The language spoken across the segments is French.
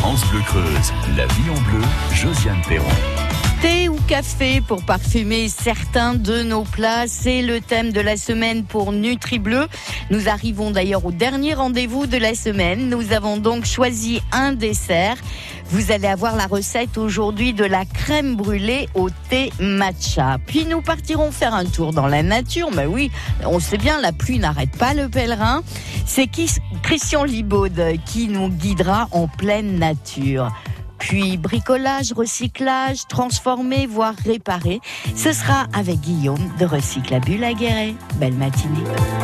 France Bleu Creuse, la vie en bleu, Josiane Perron. Thé ou café pour parfumer certains de nos plats, c'est le thème de la semaine pour NutriBleu. Nous arrivons d'ailleurs au dernier rendez-vous de la semaine. Nous avons donc choisi un dessert. Vous allez avoir la recette aujourd'hui de la crème brûlée au thé matcha. Puis nous partirons faire un tour dans la nature. Mais oui, on sait bien, la pluie n'arrête pas le pèlerin. C'est Christian Libaude qui nous guidera en pleine nature. Puis bricolage, recyclage, transformer, voire réparer. Ce sera avec Guillaume de Recyclabule à Guéret. Belle matinée.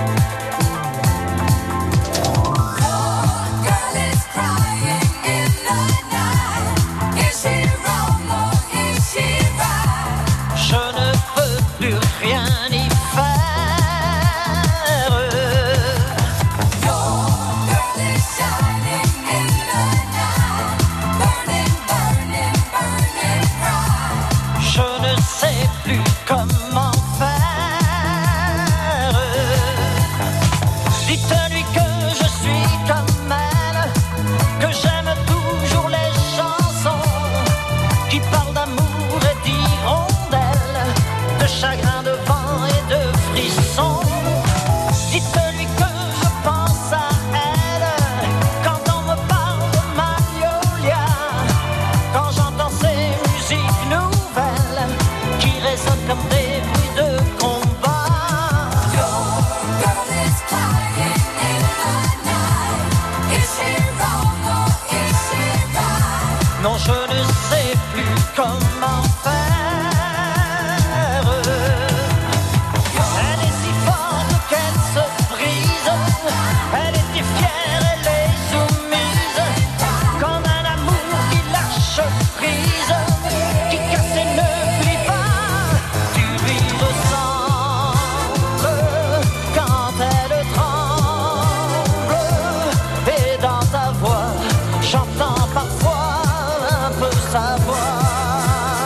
Non, je ne sais plus comment faire. Elle est si forte qu'elle se brise. Elle était fière, elle est soumise. Comme un amour qui lâche prise, qui casse et ne plie pas. Tu lui ressembles quand elle tremble. Et dans ta voix, j'entends parfois sa voix.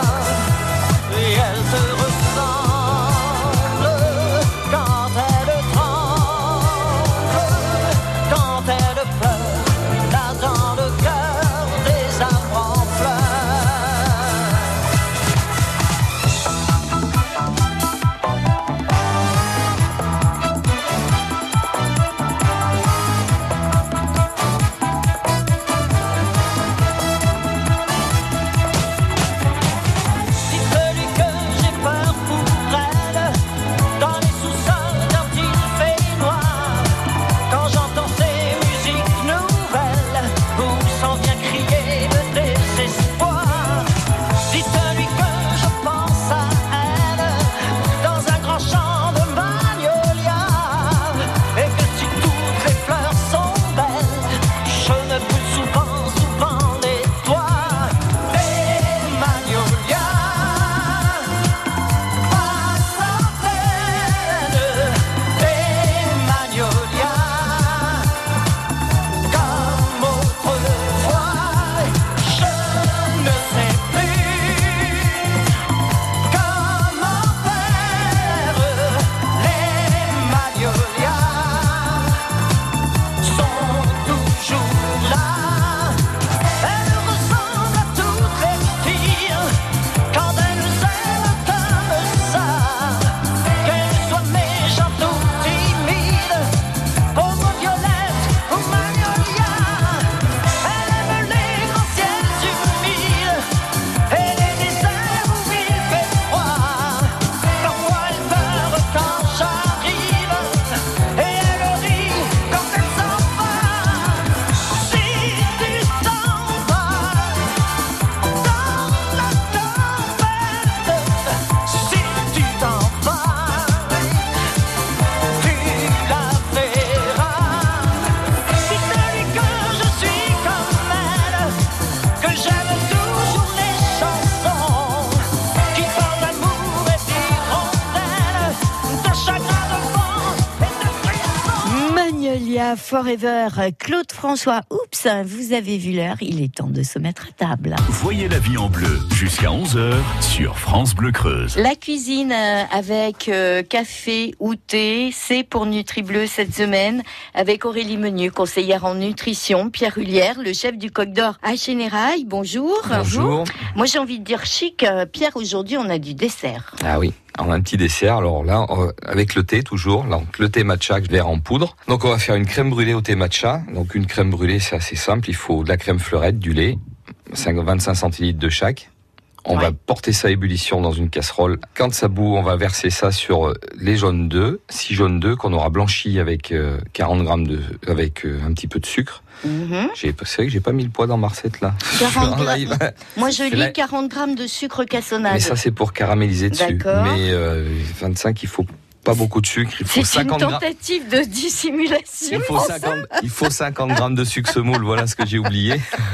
Aya Forever, Claude François. Oups, vous avez vu l'heure, il est temps de se mettre à table. Voyez la vie en bleu jusqu'à 11h sur France Bleu Creuse. La cuisine avec café ou thé, c'est pour NutriBleu cette semaine avec Aurélie Menu, conseillère en nutrition, Pierre Hulière, le chef du Coq d'Or à Chénérail. Bonjour. Bonjour. Moi j'ai envie de dire chic. Pierre, aujourd'hui on a du dessert. Ah oui, on a un petit dessert. Alors là, avec le thé toujours, donc le thé matcha vert en poudre. Donc on va faire une crème brûlée au thé matcha. Donc une crème brûlée, c'est assez simple. Il faut de la crème fleurette, du lait, 25 centilitres de chaque. On va porter ça à ébullition dans une casserole. Quand ça bout, on va verser ça sur les jaunes d'œufs, 6 jaunes d'œufs qu'on aura blanchis avec 40 grammes avec un petit peu de sucre. C'est vrai que j'ai pas mis le poids dans ma recette là. 40 grammes. Moi je lis 40 grammes de sucre cassonade. Mais ça c'est pour caraméliser dessus. D'accord. Mais 25, il faut pas beaucoup de sucre. Il faut 50 une tentative de dissimulation. Il faut 50 grammes de sucre semoule. Voilà ce que j'ai oublié.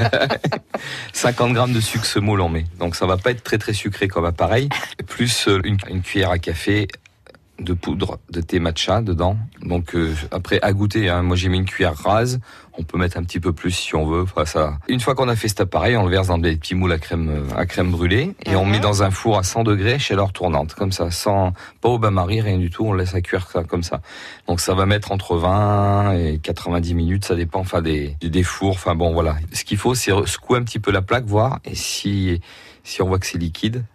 50 grammes de sucre semoule on met. Donc ça va pas être très très sucré comme appareil. Plus une cuillère à café de poudre de thé matcha dedans. Donc après à goûter, hein, moi j'ai mis une cuillère rase. On peut mettre un petit peu plus si on veut. Enfin, ça. Une fois qu'on a fait cet appareil, on le verse dans des petits moules à crème brûlée et on met dans un four à 100 degrés, chaleur tournante, comme ça, sans pas au bain-marie, rien du tout. On laisse à cuire ça comme ça. Donc ça va mettre entre 20 et 90 minutes, ça dépend enfin des fours. Enfin bon voilà. Ce qu'il faut, c'est secouer un petit peu la plaque, voir, et si on voit que c'est liquide,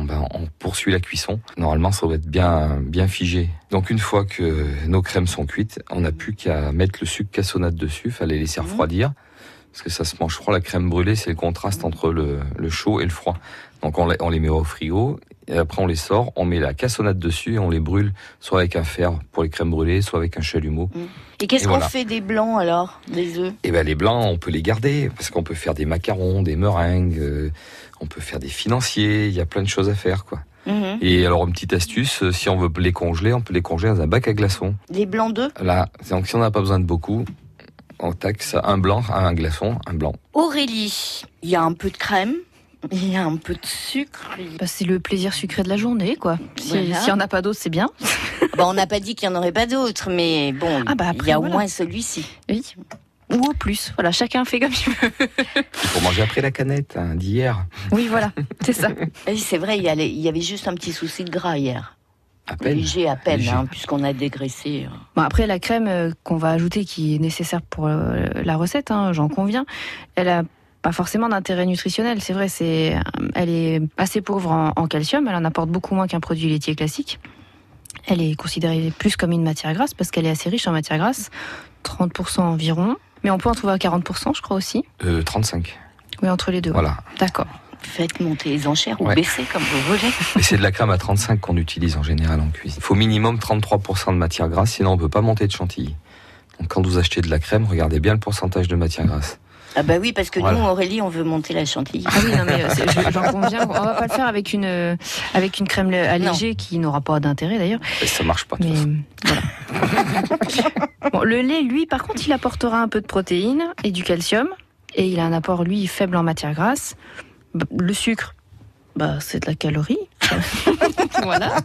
on poursuit la cuisson. Normalement, ça va être bien figé. Donc, une fois que nos crèmes sont cuites, on n'a plus qu'à mettre le sucre cassonade dessus. Fallait laisser refroidir. Parce que ça se mange froid. La crème brûlée, c'est le contraste entre le chaud et le froid. Donc, on les met au frigo. Et après, on les sort. On met la cassonade dessus et on les brûle. Soit avec un fer pour les crèmes brûlées, soit avec un chalumeau. Et qu'est-ce qu'on fait des blancs, alors? Des œufs? Eh ben, les blancs, on peut les garder. Parce qu'on peut faire des macarons, des meringues, on peut faire des financiers, il y a plein de choses à faire, quoi. Et alors, une petite astuce, si on veut les congeler, on peut les congeler dans un bac à glaçons. Les blancs d'œufs? Là, donc si on n'a pas besoin de beaucoup, on taxe ça, un blanc, un glaçon, un blanc. Aurélie, il y a un peu de crème, il y a un peu de sucre. C'est le plaisir sucré de la journée, quoi. S'il n'y en a pas d'autres, c'est bien. On n'a pas dit qu'il n'y en aurait pas d'autres, mais bon, après, il y a au moins celui-ci. Oui. Ou au plus, voilà, chacun fait comme il veut. Il faut manger après la canette d'hier. Oui, voilà, c'est ça. Oui, c'est vrai, il y avait juste un petit souci de gras hier. À peine. Léger, puisqu'on a dégraissé. Bon, après, la crème qu'on va ajouter, qui est nécessaire pour la recette, j'en conviens, elle a pas forcément d'intérêt nutritionnel. C'est vrai, elle est assez pauvre en calcium, elle en apporte beaucoup moins qu'un produit laitier classique. Elle est considérée plus comme une matière grasse parce qu'elle est assez riche en matière grasse, 30% environ. Mais on peut en trouver à 40%, je crois aussi. 35. Oui, entre les deux. Voilà. D'accord. Faites monter les enchères ou baisser comme vous voulez. Et c'est de la crème à 35 qu'on utilise en général en cuisine. Il faut minimum 33% de matière grasse, sinon on ne peut pas monter de chantilly. Donc quand vous achetez de la crème, regardez bien le pourcentage de matière grasse. Ah bah oui, parce que nous, Aurélie, on veut monter la chantilly. Ah oui, non mais j'en conviens. On va pas le faire avec une crème allégée qui n'aura pas d'intérêt d'ailleurs. Et ça marche pas. De toute façon. Voilà. Bon, le lait, lui, par contre, il apportera un peu de protéines et du calcium, et il a un apport, lui, faible en matière grasse. Le sucre, c'est de la calorie. Voilà.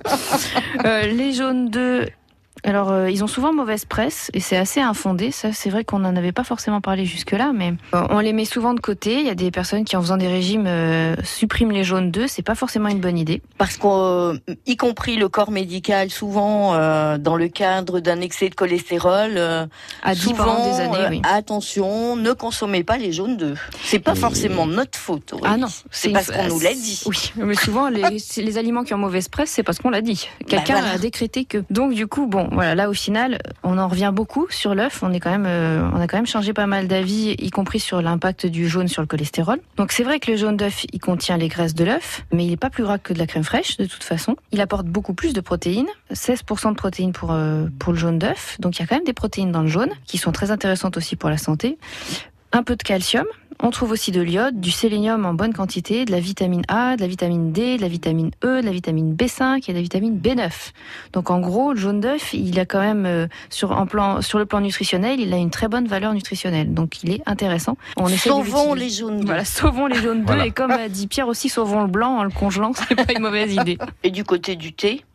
Les jaunes d'œufs. Alors, ils ont souvent mauvaise presse et c'est assez infondé. Ça, c'est vrai qu'on n'en avait pas forcément parlé jusque-là, mais on les met souvent de côté. Il y a des personnes qui, en faisant des régimes, suppriment les jaunes d'œufs. C'est pas forcément une bonne idée. Parce qu'y compris le corps médical, souvent, dans le cadre d'un excès de cholestérol, a dit pendant des années, oui. Attention, ne consommez pas les jaunes d'œufs. C'est pas forcément notre faute. Aurélie. Ah non, c'est parce qu'on nous l'a dit. Oui, mais souvent les aliments qui ont mauvaise presse, c'est parce qu'on l'a dit. Quelqu'un a décrété que. Donc du coup, voilà, là au final, on en revient beaucoup sur l'œuf. On a quand même changé pas mal d'avis, y compris sur l'impact du jaune sur le cholestérol. Donc c'est vrai que le jaune d'œuf, il contient les graisses de l'œuf, mais il n'est pas plus gras que de la crème fraîche de toute façon. Il apporte beaucoup plus de protéines, 16% de protéines pour le jaune d'œuf. Donc il y a quand même des protéines dans le jaune qui sont très intéressantes aussi pour la santé. Un peu de calcium. On trouve aussi de l'iode, du sélénium en bonne quantité, de la vitamine A, de la vitamine D, de la vitamine E, de la vitamine B5 et de la vitamine B9. Donc en gros, le jaune d'œuf, il a quand même, sur le plan nutritionnel, il a une très bonne valeur nutritionnelle. Donc il est intéressant. Sauvons les jaunes d'œufs. Voilà, sauvons les jaunes d'œufs. Et comme a dit Pierre aussi, sauvons le blanc en le congelant, c'est pas une mauvaise idée. Et du côté du thé ?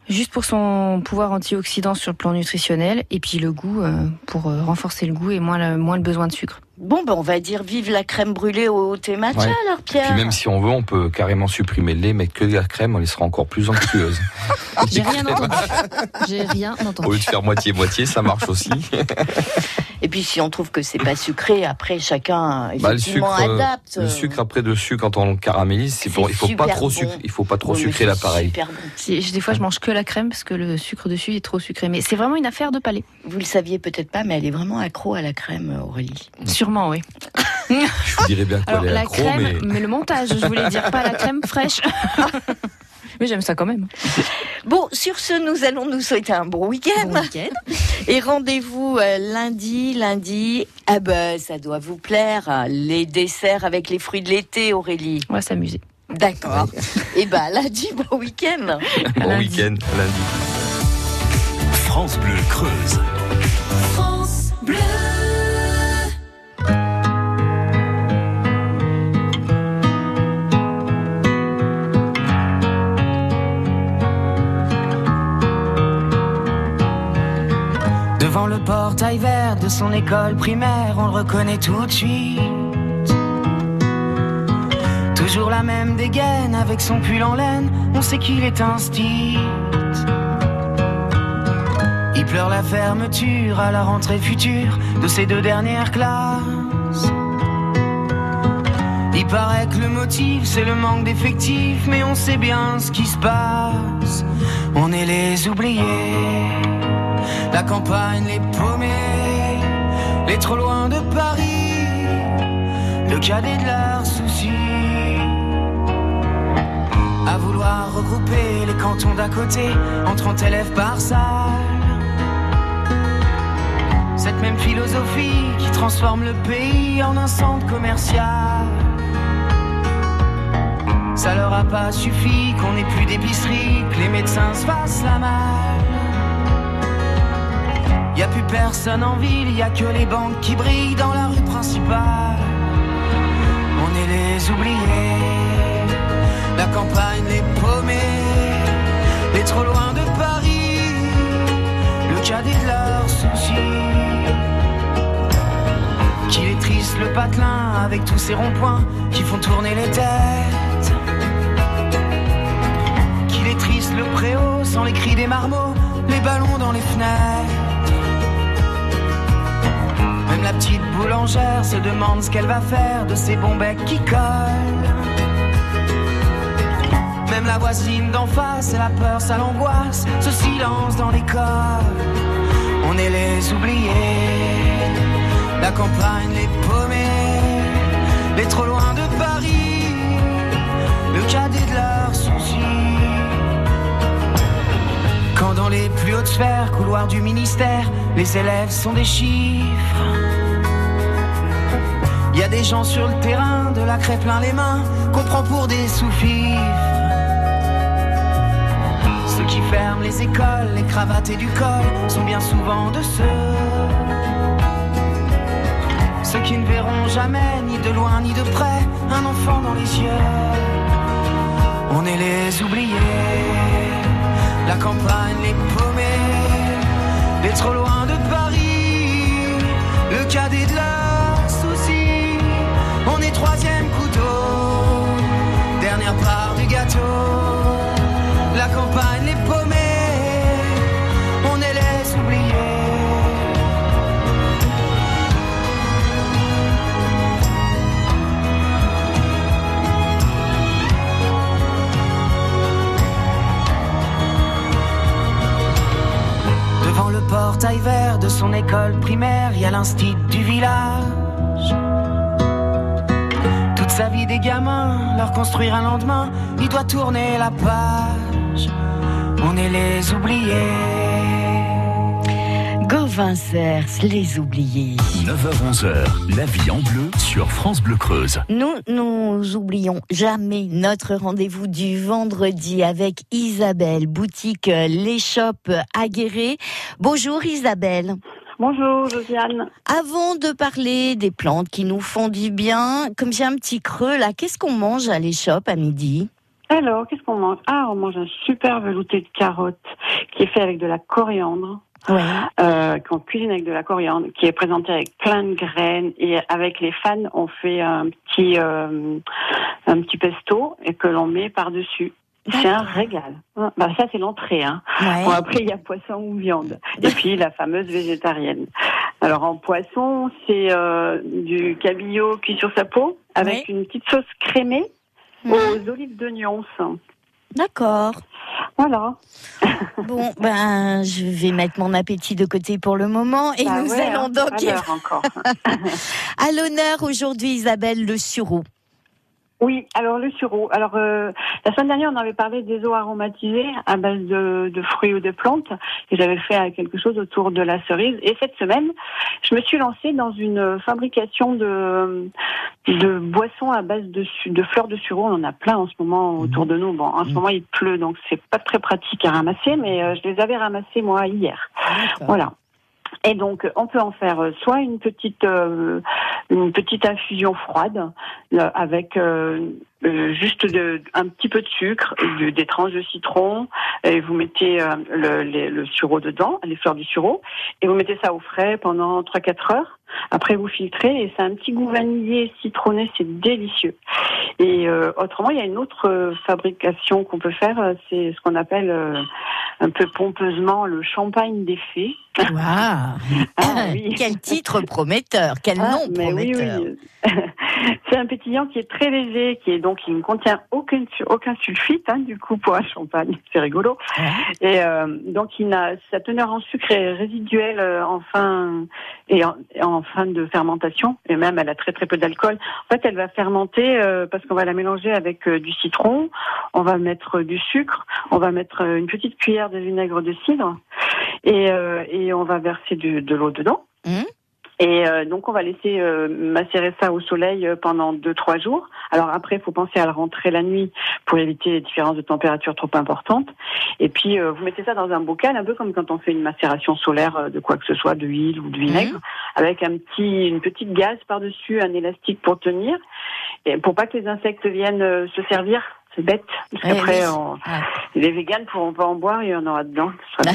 Juste pour son pouvoir antioxydant sur le plan nutritionnel, et puis le goût, pour renforcer le goût et moins le besoin de sucre. Bon, on va dire vive la crème brûlée au thé matcha, alors Pierre. Puis même si on veut, on peut carrément supprimer le lait, mettre que de la crème, elle sera encore plus onctueuse. J'ai rien entendu. Au lieu de faire moitié-moitié, ça marche aussi. Et puis si on trouve que c'est pas sucré, après chacun effectivement adapte. Le sucre après dessus, quand on le caramélise, il faut pas trop sucrer. Il faut pas trop sucrer l'appareil. Bon. Des fois, je mange que la crème parce que le sucre dessus est trop sucré. Mais c'est vraiment une affaire de palais. Vous le saviez peut-être pas, mais elle est vraiment accro à la crème, Aurélie. Sûrement, oui. Je vous dirais bien qu'elle est accro, crème, mais le montage, je voulais dire, pas la crème fraîche. Mais j'aime ça quand même. Bon, sur ce, nous allons nous souhaiter un bon week-end. Et rendez-vous lundi. Ça doit vous plaire, les desserts avec les fruits de l'été, Aurélie. On va s'amuser. D'accord. Et lundi, bon week-end. Bon week-end, lundi. France Bleu Creuse. France Bleu. Devant le portail vert de son école primaire, on le reconnaît tout de suite. Toujours la même dégaine avec son pull en laine, on sait qu'il est un stit. Il pleure la fermeture à la rentrée future de ses 2 dernières classes. Il paraît que le motif c'est le manque d'effectifs, mais on sait bien ce qui se passe. On est les oubliés, la campagne, les paumés, les trop loin de Paris, le cadet de leurs soucis. À vouloir regrouper les cantons d'à côté en 30 élèves par salle. Cette même philosophie qui transforme le pays en un centre commercial. Ça leur a pas suffi qu'on n'ait plus d'épicerie, que les médecins se fassent la malle. Y a plus personne en ville, y a que les banques qui brillent dans la rue principale. On est les oubliés, la campagne, les paumés, les trop loin de Paris, le cadet de leurs soucis. Qu'il est triste le patelin avec tous ces ronds-points qui font tourner les têtes. Qu'il est triste le préau sans les cris des marmots, les ballons dans les fenêtres. Même la petite boulangère se demande ce qu'elle va faire de ces bons becs qui collent. Même la voisine d'en face, elle a peur, ça l'angoisse, ce silence dans l'école. On est les oubliés, la campagne, les paumés, les trop loin de Paris, le cadet de leurs soucis. Quand dans les plus hautes sphères, couloirs du ministère, les élèves sont des chiffres. Y a des gens sur le terrain, de la craie plein les mains, qu'on prend pour des sous-fifres. Ceux qui ferment les écoles, les cravates et du col, sont bien souvent de ceux qui ne verront jamais, ni de loin ni de près, un enfant dans les yeux. On est les oubliés, la campagne, les paumés, les trop loin de Paris, le cadet de leurs soucis. On est 3e couteau, dernière part du gâteau, la campagne, les paumés, on est les oubliés. Devant le portail vert de son école primaire, il y a l'instit du village. Toute sa vie des gamins, leur construire un lendemain, il doit tourner la page. On est les oubliés. Gauvin Cers, les oubliés. 9h-11h, la vie en bleu sur France Bleu Creuse. Nous oublions jamais notre rendez-vous du vendredi avec Isabelle, boutique L'Échoppe à Guéret. Bonjour Isabelle. Bonjour Josiane. Avant de parler des plantes qui nous font du bien, comme j'ai un petit creux là, qu'est-ce qu'on mange à l'Échoppe à midi ? Alors, qu'est-ce qu'on mange? On mange un super velouté de carottes qui est fait avec de la coriandre. Ouais. Qu'on cuisine avec de la coriandre, qui est présenté avec plein de graines, et avec les fans, on fait un petit pesto et que l'on met par-dessus. C'est un régal. Bah, ça, c'est l'entrée. Hein. Ouais. Bon, après, il y a poisson ou viande. Et puis, la fameuse végétarienne. Alors, en poisson, c'est du cabillaud cuit sur sa peau, avec une petite sauce crémée aux olives de Nyons. D'accord. Voilà. Bon, je vais mettre mon appétit de côté pour le moment et nous allons donc encore. à l'honneur aujourd'hui, Isabelle, le sureau. Oui, alors le sureau. Alors la semaine dernière, on avait parlé des eaux aromatisées à base de fruits ou de plantes, et j'avais fait quelque chose autour de la cerise. Et cette semaine, je me suis lancée dans une fabrication de boissons à base de fleurs de sureau. On en a plein en ce moment autour de nous. Bon, en ce moment il pleut, donc c'est pas très pratique à ramasser, mais je les avais ramassés moi hier. D'accord. Voilà. Et donc, on peut en faire soit une petite infusion froide avec juste un petit peu de sucre, des tranches de citron, et vous mettez le sureau dedans, les fleurs du sureau, et vous mettez ça au frais pendant 3-4 heures. Après, vous filtrez, et c'est un petit goût vanillé, citronné, c'est délicieux. Et autrement, il y a une autre fabrication qu'on peut faire, c'est ce qu'on appelle un peu pompeusement le champagne des fées. Waouh. Oui. Quel titre prometteur, quel nom prometteur. Oui. C'est un pétillant qui est très léger, qui ne contient aucun sulfite, du coup, pour un champagne. C'est rigolo. Ouais. Et donc, sa teneur en sucre est résiduelle en fin de fermentation, et même elle a très très peu d'alcool. En fait, elle va fermenter parce qu'on va la mélanger avec du citron, on va mettre du sucre, on va mettre une petite cuillère de vinaigre de cidre, et on va verser de l'eau dedans. Et donc on va laisser macérer ça au soleil pendant 2-3 jours. Alors après, il faut penser à le rentrer la nuit pour éviter les différences de température trop importantes. Et puis vous mettez ça dans un bocal, un peu comme quand on fait une macération solaire de quoi que ce soit, de huile ou de vinaigre, avec une petite gaze par-dessus, un élastique pour tenir, et pour pas que les insectes viennent se servir. C'est bête, parce qu'après, les véganes ne pourront pas en boire, il y en aura dedans.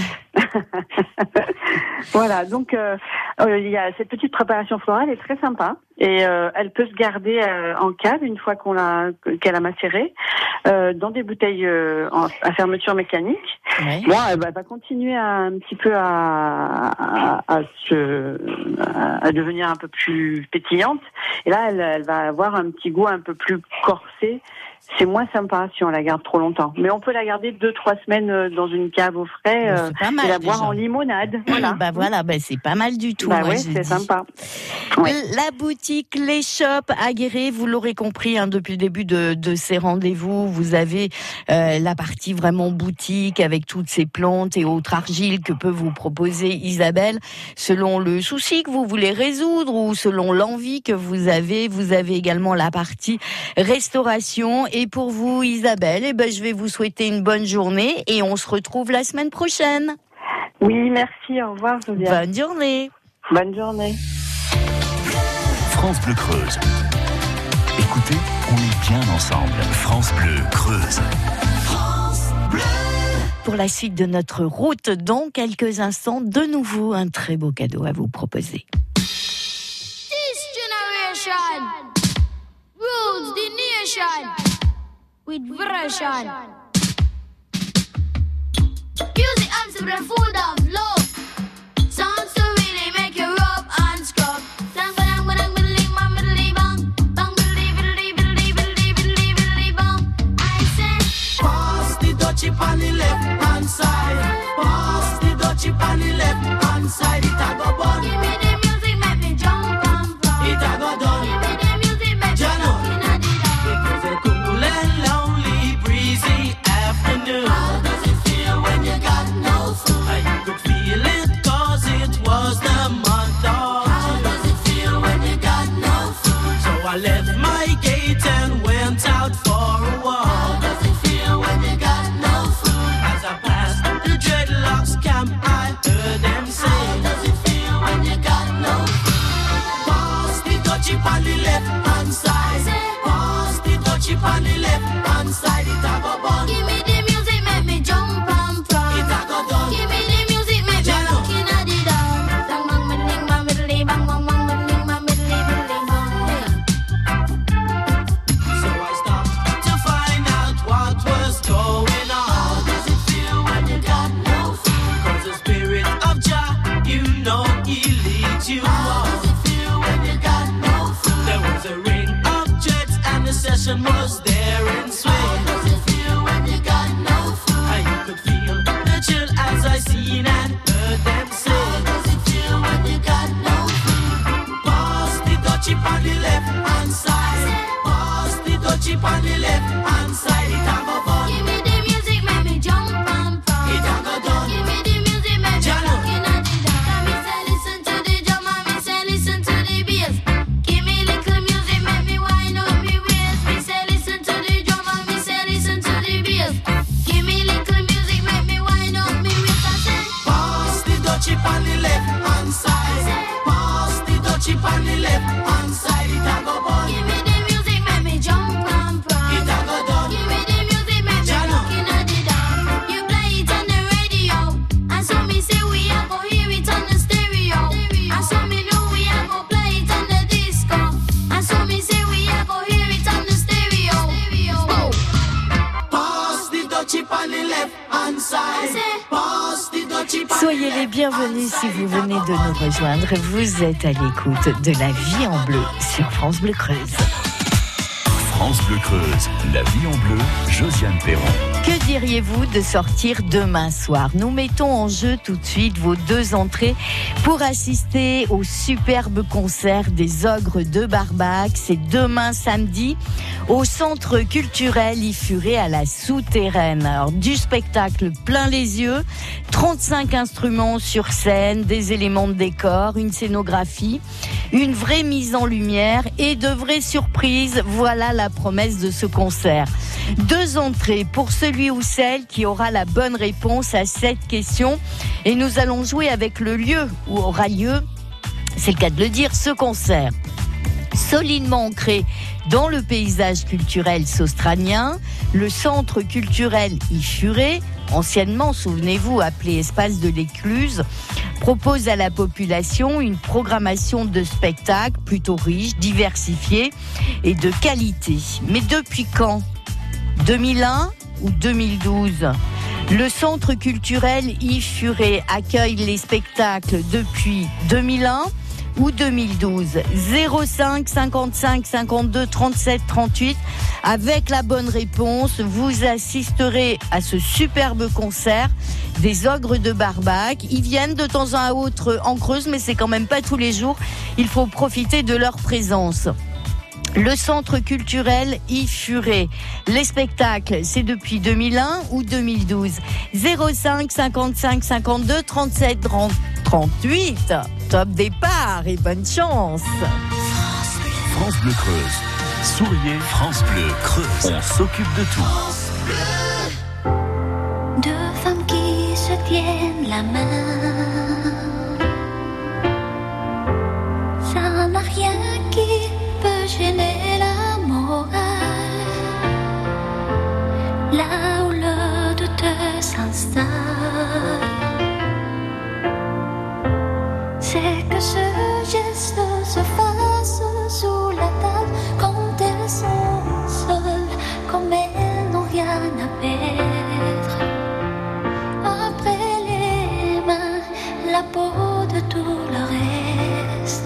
Voilà, donc il y a cette petite préparation florale, est très sympa, et elle peut se garder en cave une fois qu'elle a macéré, dans des bouteilles à fermeture mécanique. Oui. Bon, elle va continuer un petit peu à devenir un peu plus pétillante, et là elle va avoir un petit goût un peu plus corsé. C'est moins sympa si on la garde trop longtemps. Mais on peut la garder 2-3 semaines dans une cave au frais et la boire en limonade. Voilà. C'est pas mal du tout. Oui, c'est sympa. Ouais. La boutique Les Shops à Guéret, vous l'aurez compris depuis le début de ces rendez-vous, vous avez la partie vraiment boutique avec toutes ces plantes et autres argiles que peut vous proposer Isabelle selon le souci que vous voulez résoudre ou selon l'envie que vous avez. Vous avez également la partie restauration. Et pour vous, Isabelle, je vais vous souhaiter une bonne journée et on se retrouve la semaine prochaine. Oui, merci. Au revoir, Josiane. Bonne journée. Bonne journée. France Bleu Creuse. Écoutez, on est bien ensemble. France Bleu Creuse. France Bleu. Pour la suite de notre route, dans quelques instants, de nouveau un très beau cadeau à vous proposer. This generation rules the nation with version. Music and the food of love. Songs to really make you rub and scrub. Dang bang bang bang bang bang bang bang bang bang. I say, pass the dutchie on the left hand side. Pass the dutchie on the left hand side. It a go bun. Give me the music, make me jump and flop. It a go done. Give me the music, make me jump in the It's a cool and lonely, breezy afternoon. How does it feel when you got no food? I could feel it 'cause it was the month of How June. does it feel when you got no food? So I left my gate and went out for a How walk. does it feel when you got no food? As I passed the dreadlocks camp, I heard them How say, does it feel when you got no food? pass the dutchie on the left hand side. Pass the dutchie on the left hand side. It a go passion was there in swing. How does it feel when you got no food? I could feel the chill as I seen and heard them say. How does it feel when you got no food? Pass the dutchie on the left hand side. Pass the dutchie on the left hand side. It a go fun. Give me the music, make me jump and prance. It a go done. Give me the music, make me Jano. rockin' at the dance. Me say listen to the drum and me say listen to the bass. Give me little music, make me wind up me waist. Me say listen to the drum and me say listen to the bass. Give me little music, make me wind up me waist. I say Pass the dutchie on the left hand side. Pass the dutchie on the left hand side. It a go fun. give me the music, make me jump and prance. It a go done. Give me the music, make me Jano. rockin' at the dance. You play it on the radio, and so me say we a go hear it on the stereo. And so me know we a go play it on the disco. And so me say we a go hear it on the stereo. Whoa. Pass the dutchie on the left hand side. Pass the dutchie on Soyez les bienvenus si vous venez de nous rejoindre. Vous êtes à l'écoute de La Vie en Bleu sur France Bleu Creuse. France Bleu Creuse, la vie en bleu, Josiane Perron. Que diriez-vous de sortir demain soir? Nous mettons en jeu tout de suite vos 2 entrées pour assister au superbe concert des Ogres de Barbac. C'est demain samedi au Centre culturel Ifuré à la Souterraine. Alors, du spectacle plein les yeux, 35 instruments sur scène, des éléments de décor, une scénographie, une vraie mise en lumière et de vraies surprises. Voilà la promesse de ce concert. 2 entrées pour celui ou celle qui aura la bonne réponse à cette question. Et nous allons jouer avec le lieu où aura lieu, c'est le cas de le dire, ce concert. Solidement ancré dans le paysage culturel saustranien, le centre culturel Ifuré, anciennement, souvenez-vous, appelé Espace de l'Écluse, propose à la population une programmation de spectacles plutôt riche, diversifiée et de qualité. Mais depuis quand ? 2001 ou 2012 ? Le centre culturel Ifuré accueille les spectacles depuis 2001 ou 2012. 05 55 52 37 38. Avec la bonne réponse, vous assisterez à ce superbe concert des Ogres de Barbac. Ils viennent de temps à autre en Creuse, mais c'est quand même pas tous les jours. Il faut profiter de leur présence. Le centre culturel Ifuré. Les spectacles, c'est depuis 2001 ou 2012. 05 55 52 37 38. Top départ et bonne chance. France Bleu Creuse. Souriez, France Bleu Creuse. On s'occupe de tout. Deux femmes qui se tiennent la main, ça n'a rien qui peut gêner la morale. Là où le doute s'installe, c'est que ce geste se fasse sous la table quand elles sont seules, comme elles n'ont rien à perdre. Après les mains, la peau de tout le reste.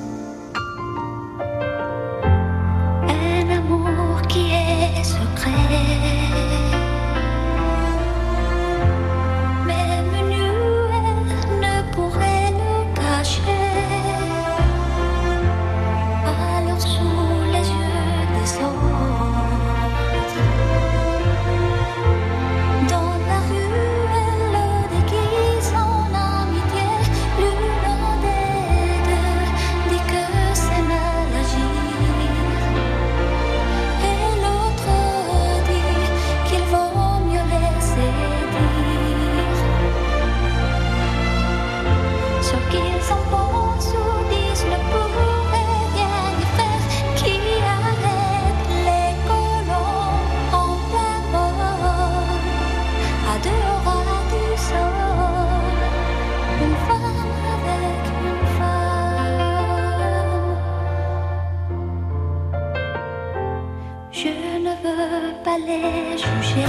Un amour qui est secret, même nu, elle ne pourrait le cacher. Alors sous les yeux des autres, dans la rue, elle le déguise en amitié. L'une des deux dit que c'est mal agir, et l'autre dit qu'il vaut mieux laisser dire ce qu'ils en pensent ou disent ne pourrait rien y faire. Qui arrête les colons en plein vol, à 2 ras du sol, une femme avec une femme. Je ne veux pas les juger,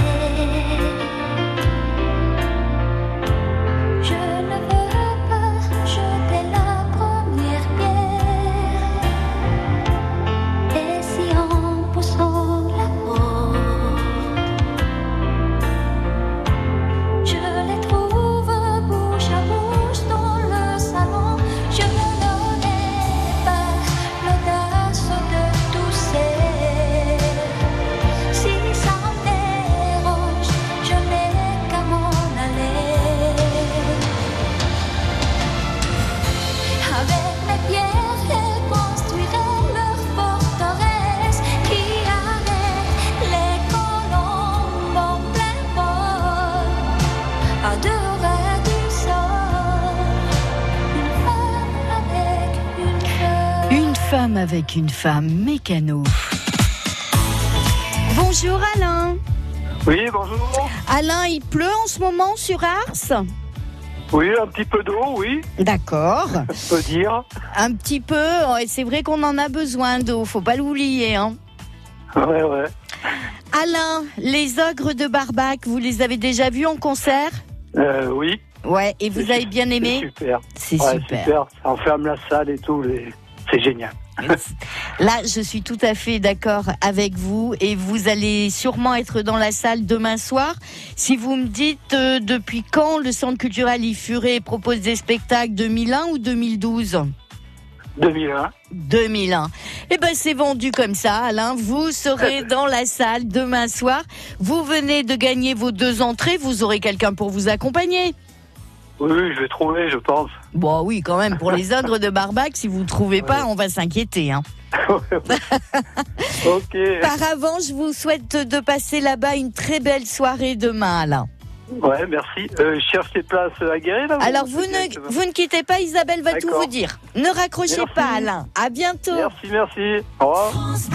je ne veux pas jeter la première pierre. Et si en poussant avec une femme mécano. Bonjour Alain. Oui, bonjour. Alain, il pleut en ce moment sur Ars ? Oui, un petit peu d'eau, oui. D'accord. On peut dire. Un petit peu, et c'est vrai qu'on en a besoin d'eau, faut pas l'oublier. Hein. Ouais. Alain, les Ogres de Barbac, vous les avez déjà vus en concert ? Oui. Ouais, et vous avez bien aimé ? C'est super. C'est ouais, super. Ça enferme la salle et tout, c'est génial. Là, je suis tout à fait d'accord avec vous et vous allez sûrement être dans la salle demain soir. Si vous me dites depuis quand le Centre culturel Ifuré propose des spectacles, 2001 ou 2012 ? 2001. 2001. Eh ben, c'est vendu comme ça, Alain. Vous serez dans la salle demain soir. Vous venez de gagner vos 2 entrées. Vous aurez quelqu'un pour vous accompagner. Oui, je vais trouver, je pense. Bon, oui, quand même, pour les Ogres de Barbac, si vous ne trouvez pas, on va s'inquiéter. Hein. Ok. Par avant, je vous souhaite de passer là-bas une très belle soirée demain, Alain. Ouais, merci. Je cherche les places aguerries, là. Alors, vous ne quittez pas, Isabelle va tout vous dire. Ne raccrochez pas, Alain. À bientôt. Merci. Au revoir.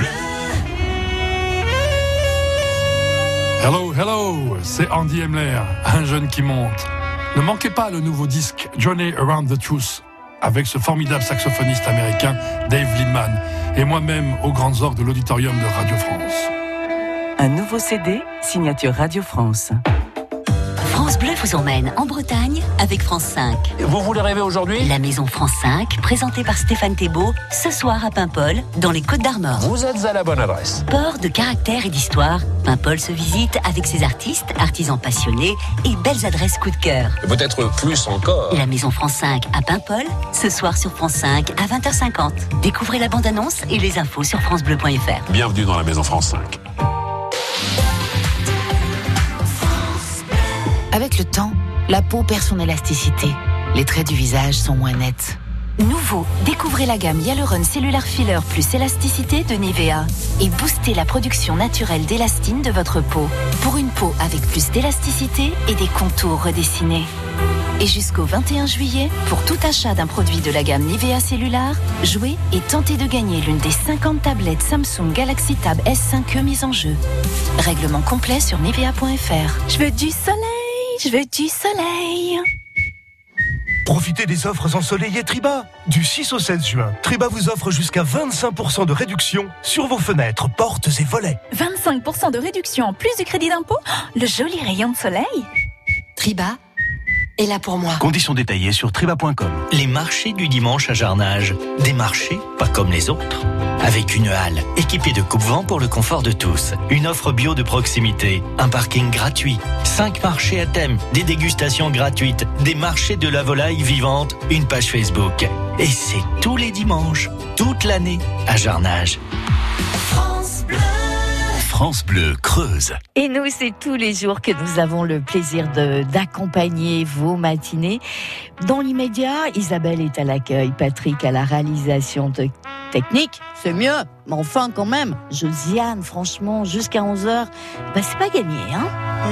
Hello, c'est Andy Emler, un jeune qui monte. Ne manquez pas le nouveau disque Journey Around the Truth avec ce formidable saxophoniste américain Dave Lindman et moi-même aux grandes orgues de l'auditorium de Radio France. Un nouveau CD, signature Radio France. France Bleu vous emmène en Bretagne avec France 5. Vous voulez rêver aujourd'hui ? La maison France 5, présentée par Stéphane Thébault, ce soir à Paimpol, dans les Côtes-d'Armor. Vous êtes à la bonne adresse. Port de caractère et d'histoire, Paimpol se visite avec ses artistes, artisans passionnés et belles adresses coup de cœur. Peut-être plus encore. La maison France 5 à Paimpol, ce soir sur France 5 à 20h50. Découvrez la bande-annonce et les infos sur francebleu.fr. Bienvenue dans la maison France 5. Avec le temps, la peau perd son élasticité. Les traits du visage sont moins nets. Nouveau, découvrez la gamme Hyaluron Cellular Filler plus élasticité de Nivea et boostez la production naturelle d'élastine de votre peau pour une peau avec plus d'élasticité et des contours redessinés. Et jusqu'au 21 juillet, pour tout achat d'un produit de la gamme Nivea Cellular, jouez et tentez de gagner l'une des 50 tablettes Samsung Galaxy Tab S5e mises en jeu. Règlement complet sur nivea.fr. Je veux du soleil. Profitez des offres ensoleillées Triba. Du 6 au 16 juin, Triba vous offre jusqu'à 25% de réduction sur vos fenêtres, portes et volets. 25% de réduction en plus du crédit d'impôt ? Le joli rayon de soleil. Triba est là pour moi. Conditions détaillées sur triba.com. Les marchés du dimanche à Jarnage. Des marchés pas comme les autres. Avec une halle équipée de coupe-vent pour le confort de tous. Une offre bio de proximité. Un parking gratuit. 5 marchés à thème. Des dégustations gratuites. Des marchés de la volaille vivante. Une page Facebook. Et c'est tous les dimanches, toute l'année, à Jarnage. France Bleu. France Bleu Creuse. Et nous, c'est tous les jours que nous avons le plaisir d'accompagner vos matinées. Dans l'immédiat, Isabelle est à l'accueil, Patrick à la réalisation technique. C'est mieux, mais enfin quand même. Josiane, franchement, jusqu'à 11h, c'est pas gagné, hein.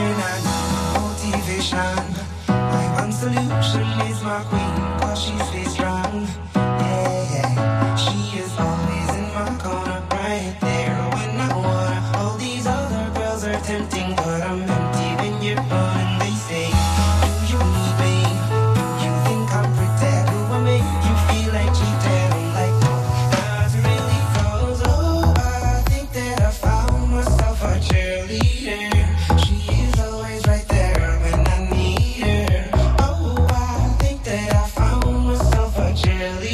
Tempting, but I'm empty when you're on. And they say, do you need me? You think I'm pretend? Do I make you feel like cheating? I'm like, no, that's really close. Oh, I think that I found myself a cheerleader. She is always right there when I need her. Oh, I think that I found myself a cheerleader.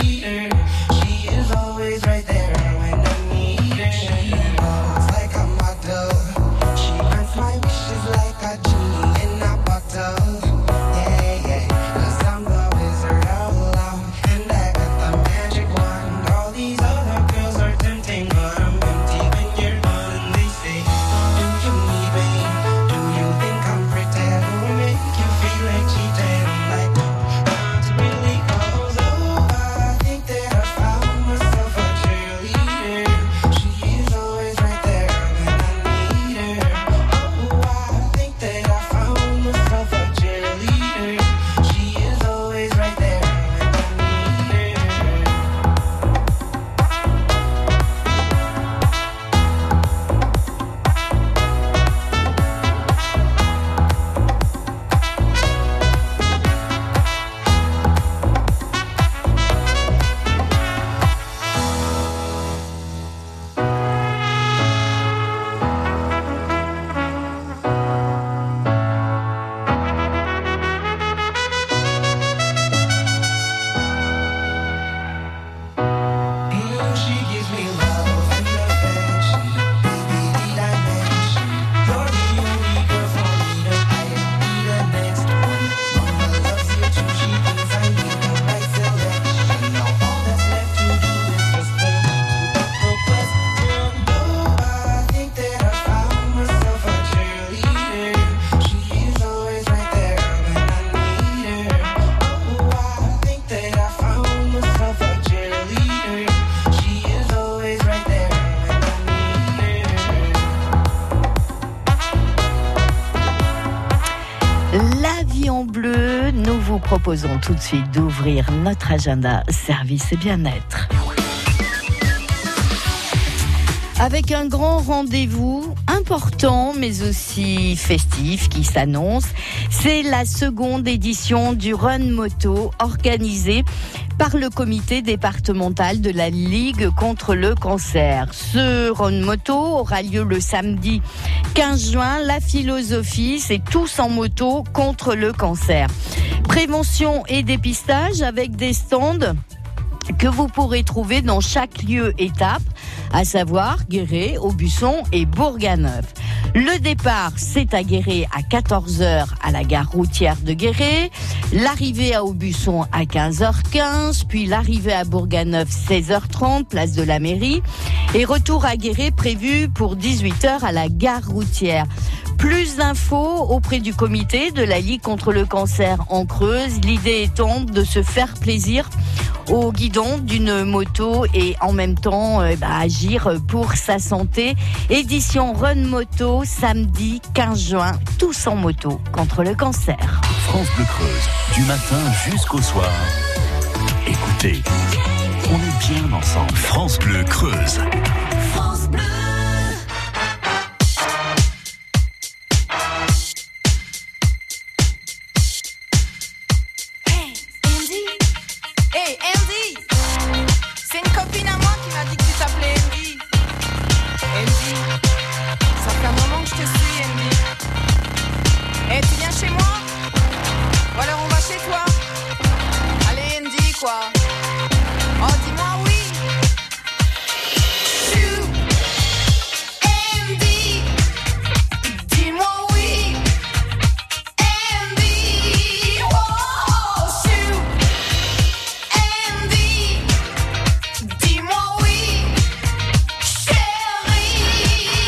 vous proposons tout de suite d'ouvrir notre agenda service et bien-être. Avec un grand rendez-vous important mais aussi festif qui s'annonce, c'est la seconde édition du Run Moto organisée par le comité départemental de la Ligue contre le cancer. Ce Run Moto aura lieu le samedi 15 juin. La philosophie, c'est tous en moto contre le cancer. Prévention et dépistage avec des stands que vous pourrez trouver dans chaque lieu étape, à savoir Guéret, Aubusson et Bourganeuf. Le départ, c'est à Guéret à 14h à la gare routière de Guéret, l'arrivée à Aubusson à 15h15, puis l'arrivée à Bourganeuf 16h30, place de la mairie, et retour à Guéret prévu pour 18h à la gare routière. Plus d'infos auprès du comité de la Ligue contre le cancer en Creuse, l'idée étant de se faire plaisir au guidon d'une moto et en même temps agir pour sa santé. Édition Run Moto, samedi 15 juin, tous en moto contre le cancer. France Bleu Creuse, du matin jusqu'au soir. Écoutez, on est bien ensemble. France Bleu Creuse. France Bleu. Hey Andy, c'est une copine à moi qui m'a dit que tu t'appelais Andy. Andy, ça fait un moment que je te suis Andy. Hey, tu viens chez moi? Ou alors on va chez toi? Allez Andy quoi. Oh dis-moi oui. Andy, dis-moi oui. Andy, oh shoot. Andy, dis-moi oui, chérie.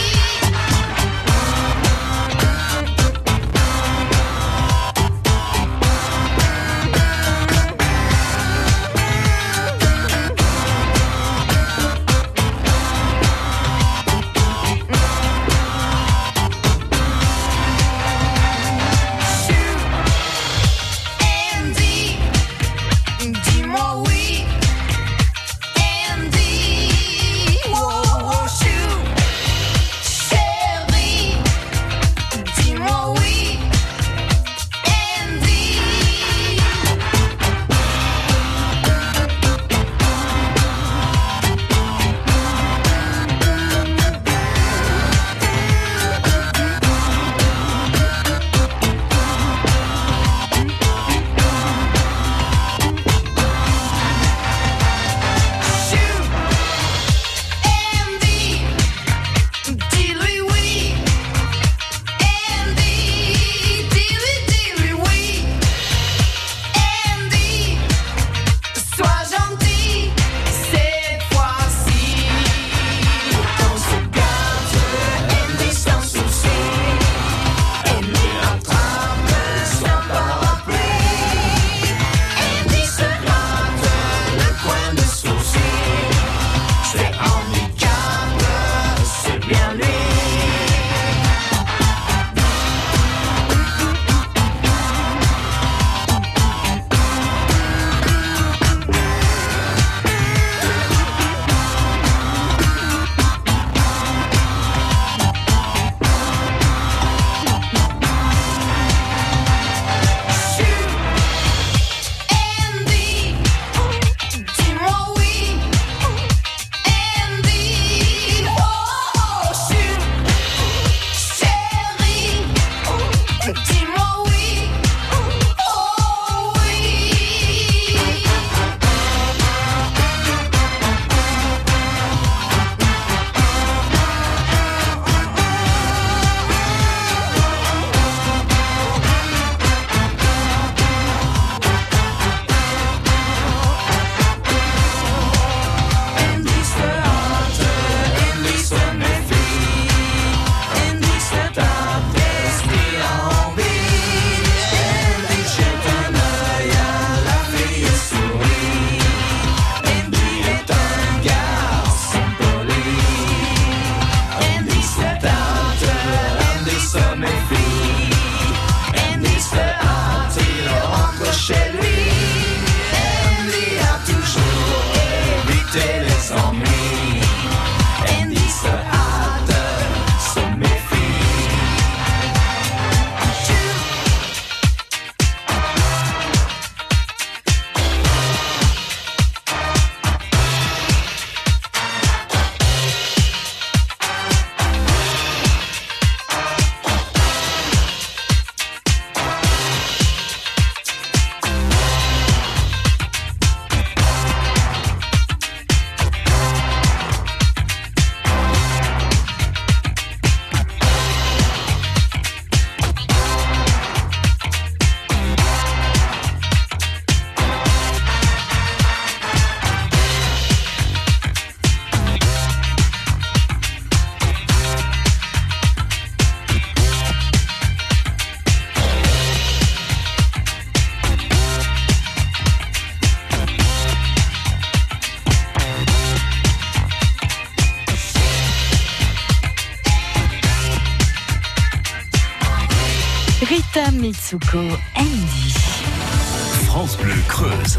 Rita Mitsuko, Andy. France Bleu Creuse.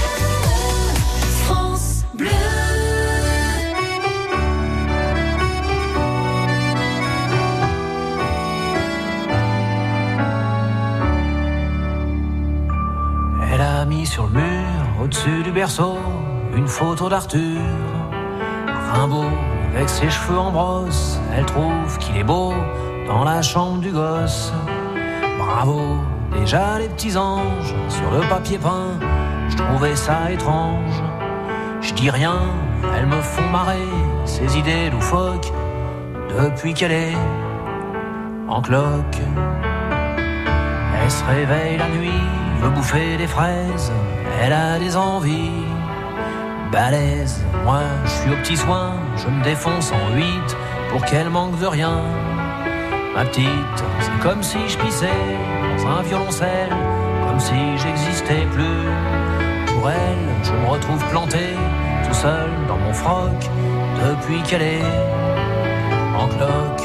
France Bleu. Elle a mis sur le mur, au-dessus du berceau, une photo d'Arthur. Rimbaud, avec ses cheveux en brosse, elle trouve qu'il est beau dans la chambre du gosse. Bravo, déjà les petits anges sur le papier peint, je trouvais ça étrange. Je dis rien, elles me font marrer, ces idées loufoques, depuis qu'elle est en cloque. Elle se réveille la nuit, veut bouffer des fraises, elle a des envies balèzes. Moi, je suis au petit soin, je me défonce en 8 pour qu'elle manque de rien. Ma petite, c'est comme si je pissais dans un violoncelle, comme si j'existais plus. Pour elle, je me retrouve planté, tout seul dans mon froc, depuis qu'elle est en cloque.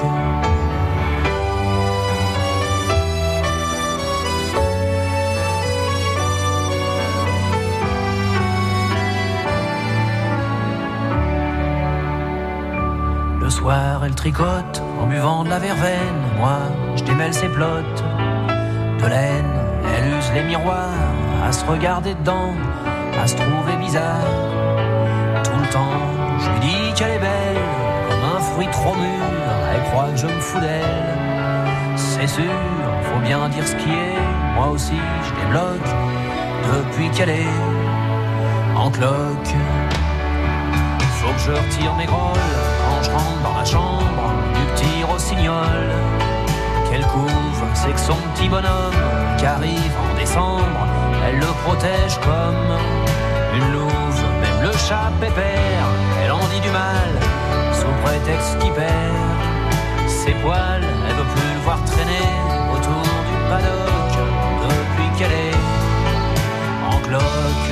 Le soir, elle tricote en buvant de la verveine. Moi, je démêle ses plottes de laine. Elle use les miroirs à se regarder dedans, à se trouver bizarre. Tout le temps, je lui dis qu'elle est belle, comme un fruit trop mûr. Elle croit que je me fous d'elle. C'est sûr, faut bien dire ce qui est. Moi aussi, je débloque depuis qu'elle est en cloque. Faut que je retire mes grolles quand je rentre dans la chambre du petit rossignol. Qu'elle couvre, c'est que son petit bonhomme qui arrive en décembre, elle le protège comme une louve. Même le chat pépère, elle en dit du mal sous prétexte qu'il perd ses poils. Elle veut plus le voir traîner autour du paddock depuis qu'elle est en cloque.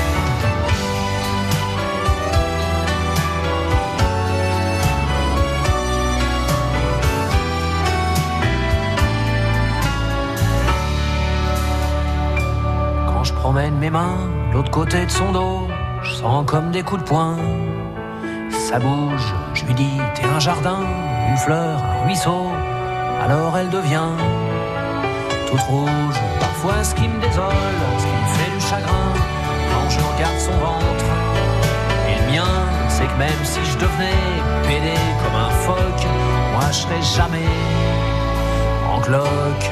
Promène mes mains de l'autre côté de son dos, je sens comme des coups de poing. Ça bouge, je lui dis t'es un jardin, une fleur, un ruisseau. Alors elle devient toute rouge. Parfois ce qui me désole, ce qui me fait du chagrin, quand je regarde son ventre et le mien, c'est que même si je devenais pédé comme un phoque, moi je serais jamais en cloque.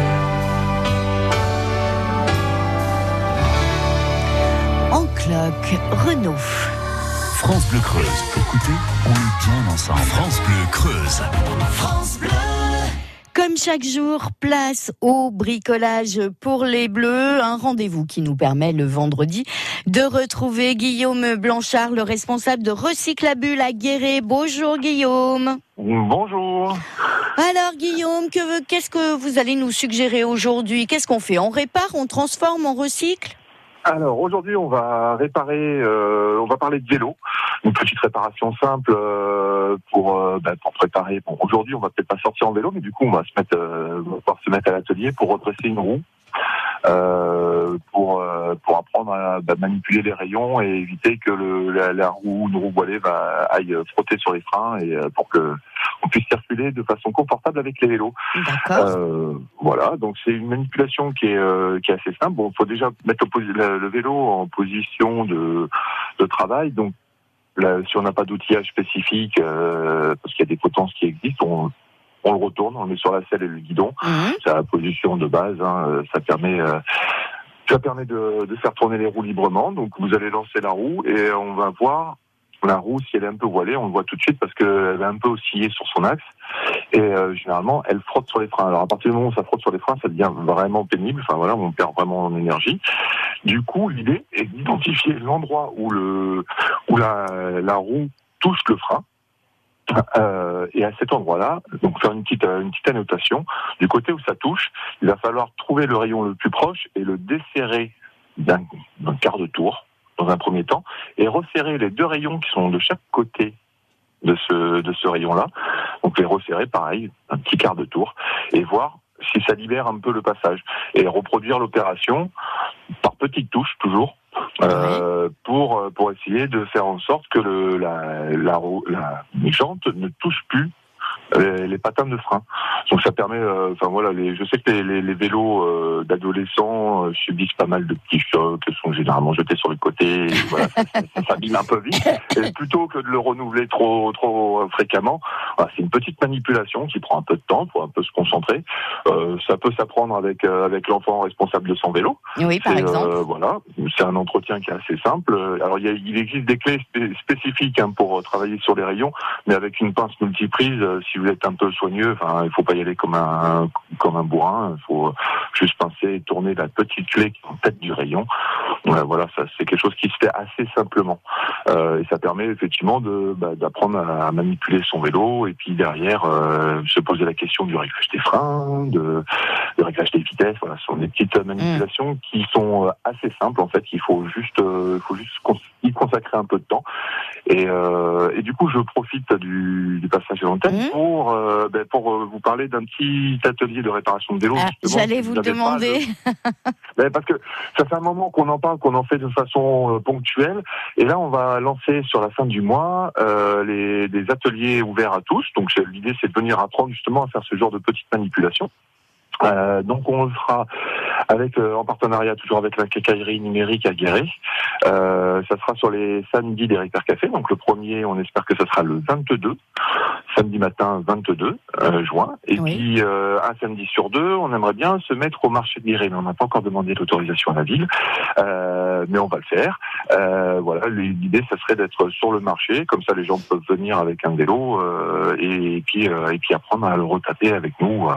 En cloque, Renaud. France Bleu Creuse. Écoutez, on est bien ensemble. France Bleu Creuse. France Bleu. Comme chaque jour, place au bricolage pour les Bleus. Un rendez-vous qui nous permet le vendredi de retrouver Guillaume Blanchard, le responsable de Recyclabule à Guéret. Bonjour Guillaume. Bonjour. Alors Guillaume, qu'est-ce que vous allez nous suggérer aujourd'hui ? Qu'est-ce qu'on fait ? On répare, on transforme, on recycle ? Alors aujourd'hui, on va réparer, on va parler de vélo, une petite réparation simple pour préparer. Bon, aujourd'hui, on va peut-être pas sortir en vélo, mais du coup, on va pouvoir se mettre à l'atelier pour redresser une roue, pour apprendre à manipuler les rayons et éviter que la roue, une roue voilée, aille frotter sur les freins et pour que on puisse circuler de façon confortable avec les vélos. Voilà, donc c'est une manipulation qui est assez simple. Bon, il faut déjà mettre le vélo en position de travail. Donc là, si on n'a pas d'outillage spécifique, parce qu'il y a des potences qui existent, on le retourne, on le met sur la selle et le guidon. C'est la position de base. Ça permet de faire tourner les roues librement. Donc vous allez lancer la roue et on va voir la roue, si elle est un peu voilée, on le voit tout de suite parce qu'elle va un peu osciller sur son axe et généralement elle frotte sur les freins. Alors à partir du moment où ça frotte sur les freins, ça devient vraiment pénible. Enfin voilà, on perd vraiment en énergie. Du coup, l'idée est d'identifier l'endroit où la roue touche le frein. Et à cet endroit-là, donc faire une petite annotation. Du côté où ça touche, il va falloir trouver le rayon le plus proche et le desserrer d'un quart de tour dans un premier temps, et resserrer les deux rayons qui sont de chaque côté de ce rayon-là. Donc les resserrer pareil, un petit quart de tour, et voir si ça libère un peu le passage. Et reproduire l'opération par petites touches toujours. Pour essayer de faire en sorte que la jante ne touche plus les patins de frein. Donc ça permet, je sais que les vélos d'adolescents subissent pas mal de petits chocs, qui sont généralement jetés sur le côté. Voilà, ça s'abîme un peu vite. Et plutôt que de le renouveler trop fréquemment, voilà, c'est une petite manipulation qui prend un peu de temps pour un peu se concentrer. Ça peut s'apprendre avec l'enfant responsable de son vélo. Oui, par exemple. Voilà, c'est un entretien qui est assez simple. Alors il existe des clés spécifiques pour travailler sur les rayons, mais avec une pince multiprise. Si vous êtes un peu soigneux, il faut pas y aller comme un bourrin. Il faut juste pincer et tourner la petite clé qui est en tête du rayon. Voilà, ça c'est quelque chose qui se fait assez simplement. Et ça permet effectivement d'apprendre à manipuler son vélo et puis derrière se poser la question du réglage des freins, du réglage des vitesses. Voilà, ce sont des petites manipulations qui sont assez simples en fait. Il faut juste y consacrer un peu de temps. Et du coup, je profite du passage à l'antenne pour vous parler d'un petit atelier de réparation de vélo. J'allais vous le demander. Parce que ça fait un moment qu'on en parle, qu'on en fait de façon ponctuelle. Et là, on va lancer sur la fin du mois des ateliers ouverts à tous. Donc l'idée, c'est de venir apprendre justement à faire ce genre de petites manipulations. Donc on le fera en partenariat toujours avec la quincaillerie numérique à Guéret. Ça sera sur les samedis des Repair Café. Donc le premier, on espère que ça sera le 22, samedi matin 22 juin. Et puis un samedi sur deux, on aimerait bien se mettre au marché de Guéret. Mais on n'a pas encore demandé l'autorisation à la ville, mais on va le faire. Voilà, l'idée, ça serait d'être sur le marché, comme ça les gens peuvent venir avec un vélo et puis apprendre à le retaper avec nous.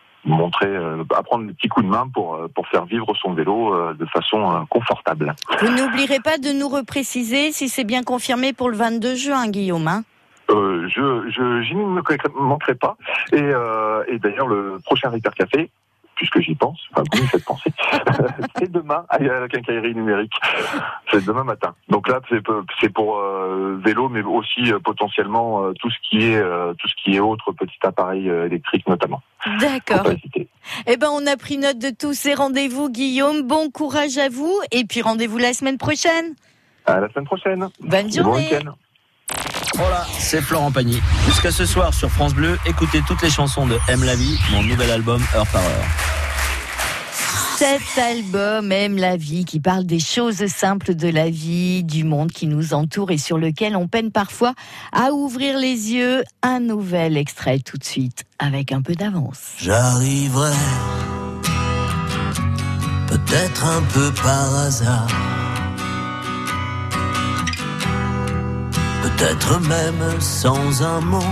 Apprendre des petits coups de main pour faire vivre son vélo de façon confortable. Vous n'oublierez pas de nous repréciser si c'est bien confirmé pour le 22 juin, Guillaume. Je n'y manquerai pas. Et d'ailleurs, le prochain Repair Café, puisque j'y pense, vous me faites penser, c'est demain à la quincaillerie numérique. C'est demain matin. Donc là, c'est pour vélo, mais aussi potentiellement tout ce qui est autre petit appareil électrique notamment. D'accord. On a pris note de tous ces rendez-vous, Guillaume. Bon courage à vous, et puis rendez-vous la semaine prochaine. À la semaine prochaine. Bonne journée. Bon week-end. Voilà, c'est Florent Pagny. Jusqu'à ce soir sur France Bleu, écoutez toutes les chansons de Aime la vie, mon nouvel album Heure par Heure. Cet album Aime la vie, qui parle des choses simples de la vie, du monde qui nous entoure et sur lequel on peine parfois à ouvrir les yeux. Un nouvel extrait tout de suite, avec un peu d'avance. J'arriverai, peut-être un peu par hasard, peut-être même sans un mot.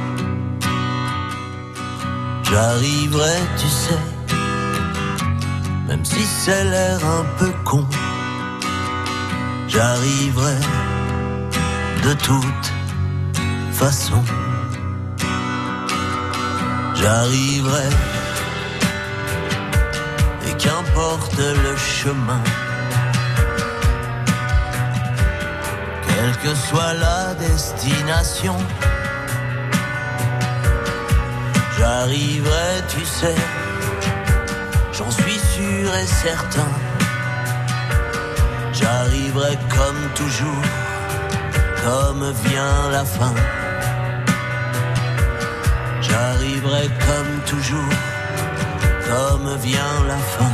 J'arriverai, tu sais, même si c'est l'air un peu con. J'arriverai de toute façon. J'arriverai, et qu'importe le chemin, quelle que soit la destination, j'arriverai, tu sais, j'en suis sûr et certain. J'arriverai comme toujours, comme vient la fin. J'arriverai comme toujours, comme vient la fin.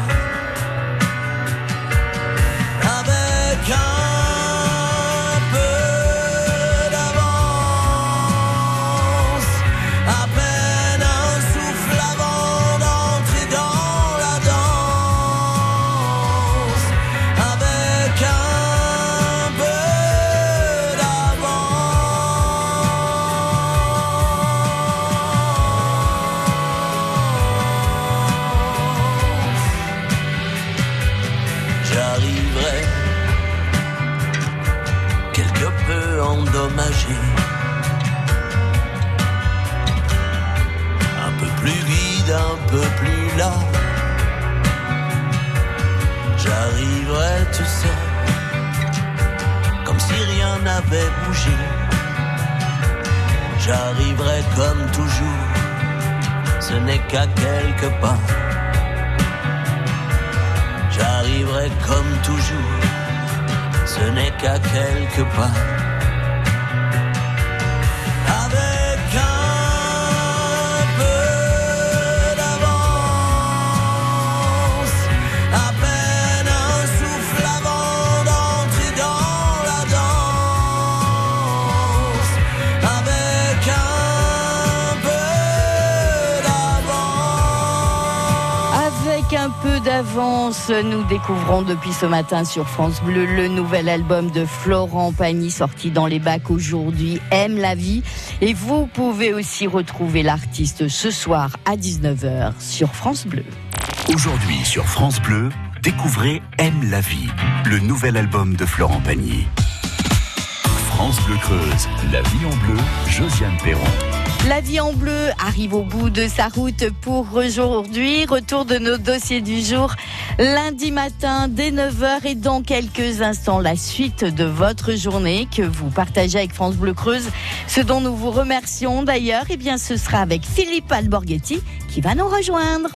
Avec un peu d'avance, à peine un souffle avant d'entrer dans la danse. Avec un peu d'avance, j'arriverai quelque peu endommagé, un peu plus vide, un peu plus là. J'arriverai, tu sais, comme si rien n'avait bougé. J'arriverai comme toujours, ce n'est qu'à quelques pas. J'arriverai comme toujours, ce n'est qu'à quelques pas. Avec un peu d'avance, à peine un souffle avant d'entrer dans la danse. Avec un peu d'avance. Avec un peu d'avance, nous découvrons depuis ce matin sur France Bleu le nouvel album de Florent Pagny sorti dans les bacs aujourd'hui, Aime la vie. Et vous pouvez aussi retrouver l'artiste ce soir à 19h sur France Bleu. Aujourd'hui sur France Bleu, découvrez Aime la vie, le nouvel album de Florent Pagny. France Bleu Creuse, la vie en bleu, Josiane Perron. La vie en bleu arrive au bout de sa route pour aujourd'hui. Retour de nos dossiers du jour lundi matin dès 9h et dans quelques instants la suite de votre journée que vous partagez avec France Bleu Creuse. Ce dont nous vous remercions d'ailleurs, eh bien ce sera avec Philippe Alborghetti qui va nous rejoindre.